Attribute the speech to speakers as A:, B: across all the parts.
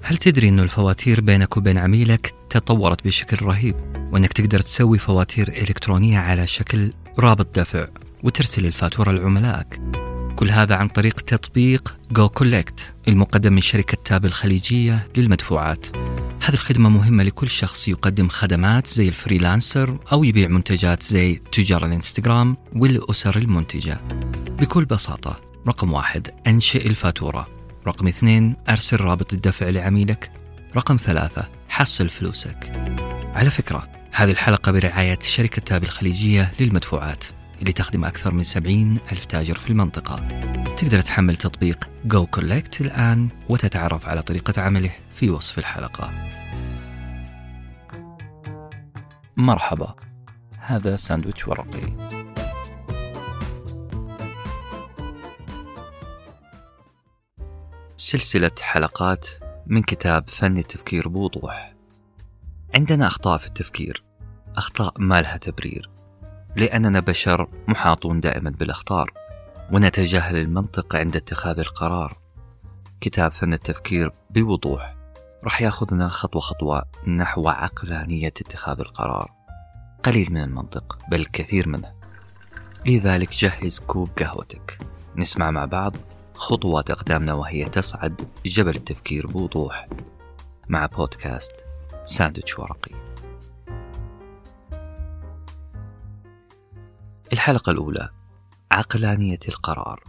A: هل تدري أنه الفواتير بينك وبين عميلك تطورت بشكل رهيب، وأنك تقدر تسوي فواتير إلكترونية على شكل رابط دفع وترسل الفاتورة لعملائك؟ كل هذا عن طريق تطبيق جو كولكت المقدم من شركة تاب الخليجية للمدفوعات. هذه الخدمة مهمة لكل شخص يقدم خدمات زي الفريلانسر أو يبيع منتجات زي تجار الانستغرام والأسر المنتجة. بكل بساطة، رقم 1 أنشئ الفاتورة، رقم 2 أرسل رابط الدفع لعميلك، رقم 3 حصل فلوسك. على فكرة، هذه الحلقة برعاية شركة تاب الخليجية للمدفوعات اللي تخدم أكثر من 70,000 تاجر في المنطقة. تقدر تحمل تطبيق جو كولكت الآن وتتعرف على طريقة عمله في وصف الحلقة. مرحبا، هذا ساندويتش ورقي. سلسلة حلقات من كتاب فن التفكير بوضوح. عندنا أخطاء في التفكير، أخطاء ما لها تبرير، لأننا بشر محاطون دائما بالأخطار ونتجاهل المنطق عند اتخاذ القرار. كتاب فن التفكير بوضوح رح ياخذنا خطوة خطوة نحو عقلانية اتخاذ القرار، قليل من المنطق بل كثير منه. لذلك جهز كوب قهوتك، نسمع مع بعض خطوات أقدامنا وهي تصعد جبل التفكير بوضوح مع بودكاست ساندويتش ورقي. الحلقة الأولى: عقلانية القرار.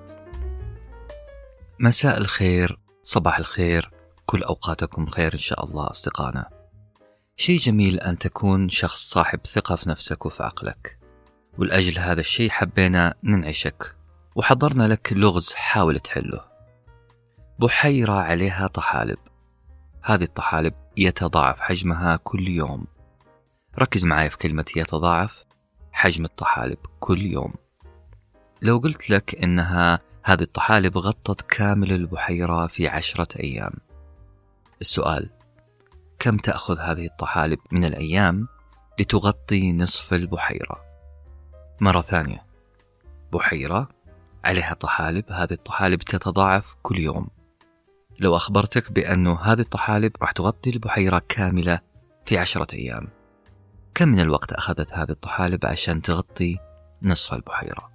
A: مساء الخير، صباح الخير، كل أوقاتكم خير إن شاء الله أصدقائنا. شيء جميل أن تكون شخص صاحب ثقة في نفسك وفي عقلك، والأجل هذا الشيء حبينا ننعشك وحضرنا لك لغز حاول تحله. بحيرة عليها طحالب، هذه الطحالب يتضاعف حجمها كل يوم. ركز معي في كلمة يتضاعف حجم الطحالب كل يوم. لو قلت لك إنها هذه الطحالب غطت كامل البحيرة في 10 أيام، السؤال: كم تأخذ هذه الطحالب من الأيام لتغطي نصف البحيرة؟ مرة ثانية، بحيرة عليها طحالب، هذه الطحالب تتضاعف كل يوم. لو أخبرتك بأنه هذه الطحالب راح تغطي البحيرة كاملة في 10 أيام، كم من الوقت أخذت هذه الطحالب عشان تغطي نصف البحيرة؟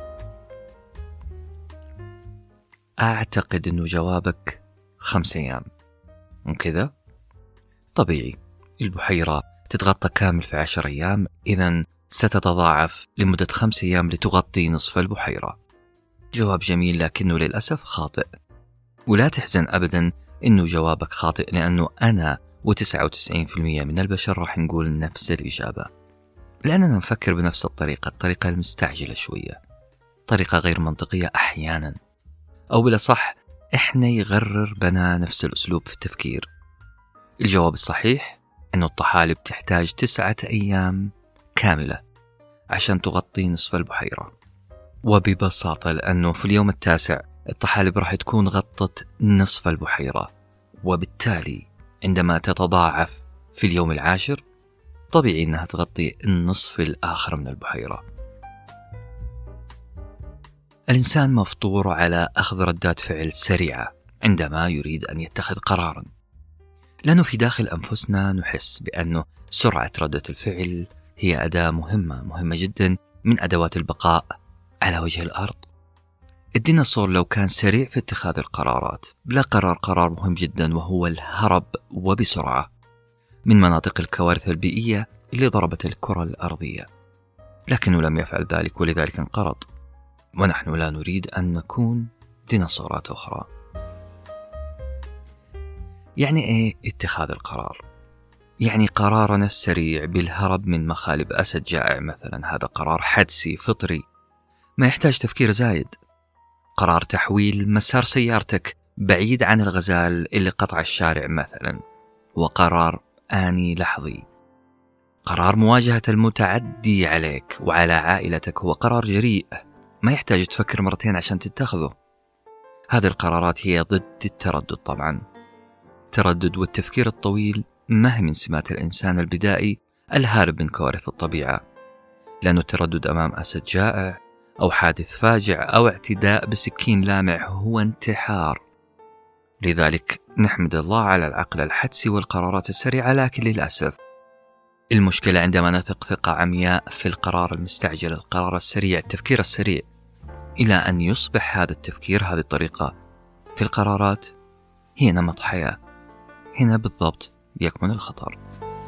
A: أعتقد أنه جوابك 5 أيام، مو كذا؟ طبيعي، البحيرة تتغطى كامل في 10 أيام، إذن ستتضاعف لمدة 5 أيام لتغطي نصف البحيرة. جواب جميل، لكنه للأسف خاطئ. ولا تحزن أبدا إنه جوابك خاطئ، لأنه أنا و99% من البشر راح نقول نفس الإجابة، لأننا نفكر بنفس الطريقة المستعجلة شوية، طريقة غير منطقية أحيانا، أو بلا صح إحنا يغرر بنا نفس الأسلوب في التفكير. الجواب الصحيح إنه الطحالب تحتاج 9 أيام كاملة عشان تغطي نصف البحيرة، وببساطة لأنه في اليوم التاسع الطحالب راح تكون غطت نصف البحيرة، وبالتالي عندما تتضاعف في اليوم العاشر طبيعي أنها تغطي النصف الآخر من البحيرة. الإنسان مفطور على أخذ ردات فعل سريعة عندما يريد أن يتخذ قراراً، لأنه في داخل أنفسنا نحس بأنه سرعة ردة الفعل هي أداة مهمة جدا من أدوات البقاء على وجه الأرض. الديناصور لو كان سريع في اتخاذ القرارات لا قرار مهم جدا، وهو الهرب وبسرعة من مناطق الكوارث البيئية اللي ضربت الكرة الأرضية، لكنه لم يفعل ذلك ولذلك انقرض. ونحن لا نريد أن نكون ديناصورات أخرى. يعني إيه اتخاذ القرار؟ يعني قرارنا السريع بالهرب من مخالب أسد جائع مثلا، هذا قرار حدسي فطري ما يحتاج تفكير زايد. قرار تحويل مسار سيارتك بعيد عن الغزال اللي قطع الشارع مثلا، وقرار آني لحظي. قرار مواجهة المتعدي عليك وعلى عائلتك هو قرار جريء ما يحتاج تفكر مرتين عشان تتخذه. هذه القرارات هي ضد التردد طبعا. التردد والتفكير الطويل ما هي من سمات الإنسان البدائي الهارب من كوارث الطبيعة، لأن التردد أمام أسد جائع أو حادث فاجع أو اعتداء بسكين لامع هو انتحار. لذلك نحمد الله على العقل الحدسي والقرارات السريعة، لكن للأسف المشكلة عندما نثق ثقة عمياء في القرار المستعجل، القرار السريع، التفكير السريع، إلى أن يصبح هذا التفكير، هذه الطريقة في القرارات هي نمط حياة. هنا بالضبط يكمن الخطر.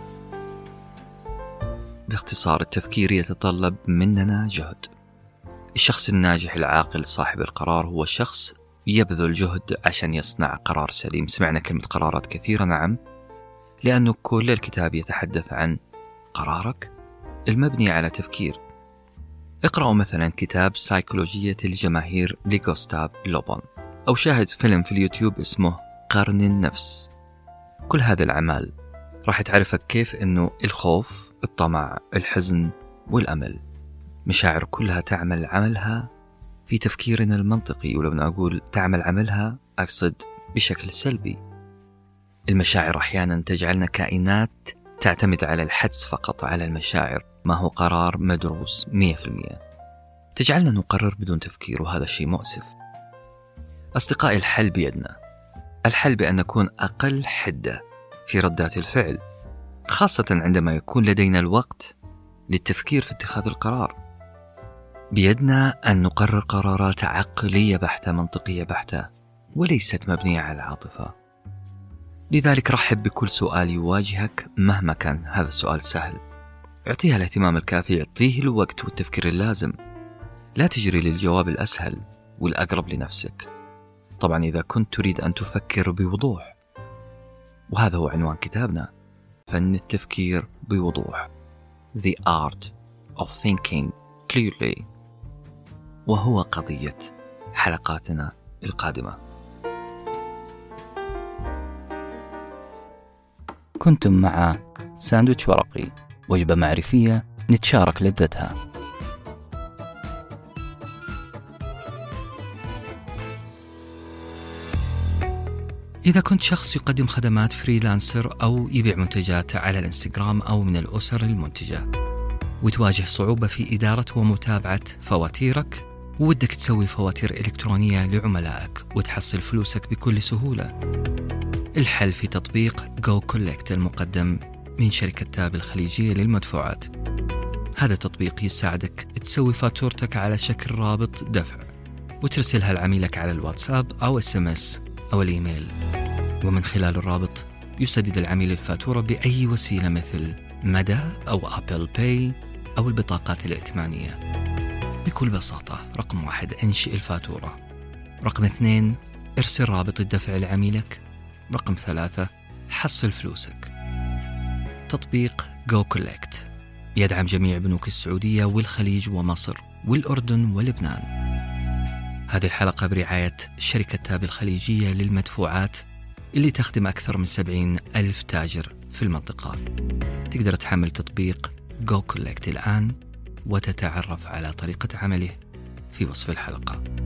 A: باختصار، التفكير يتطلب مننا جهد. الشخص الناجح العاقل صاحب القرار هو شخص يبذل جهد عشان يصنع قرار سليم. سمعنا كلمة قرارات كثيرة، نعم، لأنه كل الكتاب يتحدث عن قرارك المبني على تفكير. اقرأوا مثلا كتاب سيكولوجية الجماهير لغوستاف لوبون، أو شاهد فيلم في اليوتيوب اسمه قرن النفس. كل هذه الأعمال راح تعرفك كيف أنه الخوف، الطمع، الحزن والأمل، مشاعر كلها تعمل عملها في تفكيرنا المنطقي. ولما أقول تعمل عملها أقصد بشكل سلبي. المشاعر أحيانا تجعلنا كائنات تعتمد على الحدس فقط، على المشاعر، ما هو قرار مدروس 100%. تجعلنا نقرر بدون تفكير، وهذا شيء مؤسف. أصدقائي، الحل بيدنا. الحل بأن نكون أقل حدة في ردات الفعل، خاصة عندما يكون لدينا الوقت للتفكير في اتخاذ القرار. بيدنا أن نقرر قرارات عقلية بحتة، منطقية بحتة، وليست مبنية على العاطفة. لذلك رحب بكل سؤال يواجهك مهما كان هذا السؤال سهل. اعطيها الاهتمام الكافي، اعطيه الوقت والتفكير اللازم. لا تجري للجواب الأسهل والأقرب لنفسك. طبعا إذا كنت تريد أن تفكر بوضوح، وهذا هو عنوان كتابنا، فن التفكير بوضوح، The Art of Thinking Clearly، وهو قضية حلقاتنا القادمة.
B: كنتم مع ساندويتش ورقي، وجبة معرفية نتشارك لذتها.
A: إذا كنت شخص يقدم خدمات فريلانسر أو يبيع منتجات على الانستغرام أو من الأسر المنتجة، وتواجه صعوبة في إدارة ومتابعة فواتيرك، وودك تسوي فواتير إلكترونية لعملائك وتحصل فلوسك بكل سهولة، الحل في تطبيق Go Collect المقدم من شركة تاب الخليجية للمدفوعات. هذا التطبيق يساعدك تسوي فاتورتك على شكل رابط دفع وترسلها لعميلك على الواتساب أو SMS أو الإيميل، ومن خلال الرابط يسدد العميل الفاتورة بأي وسيلة مثل مدى أو أبل باي أو البطاقات الائتمانية. بكل بساطة، رقم 1 انشئ الفاتورة، رقم 2 ارسل رابط الدفع لعميلك، رقم 3 حصل فلوسك. تطبيق Go Collect يدعم جميع بنوك السعودية والخليج ومصر والأردن ولبنان. هذه الحلقة برعاية شركة تاب الخليجية للمدفوعات اللي تخدم أكثر من 70,000 تاجر في المنطقة. تقدر تحمل تطبيق Go Collect الآن وتتعرف على طريقة عمله في وصف الحلقة.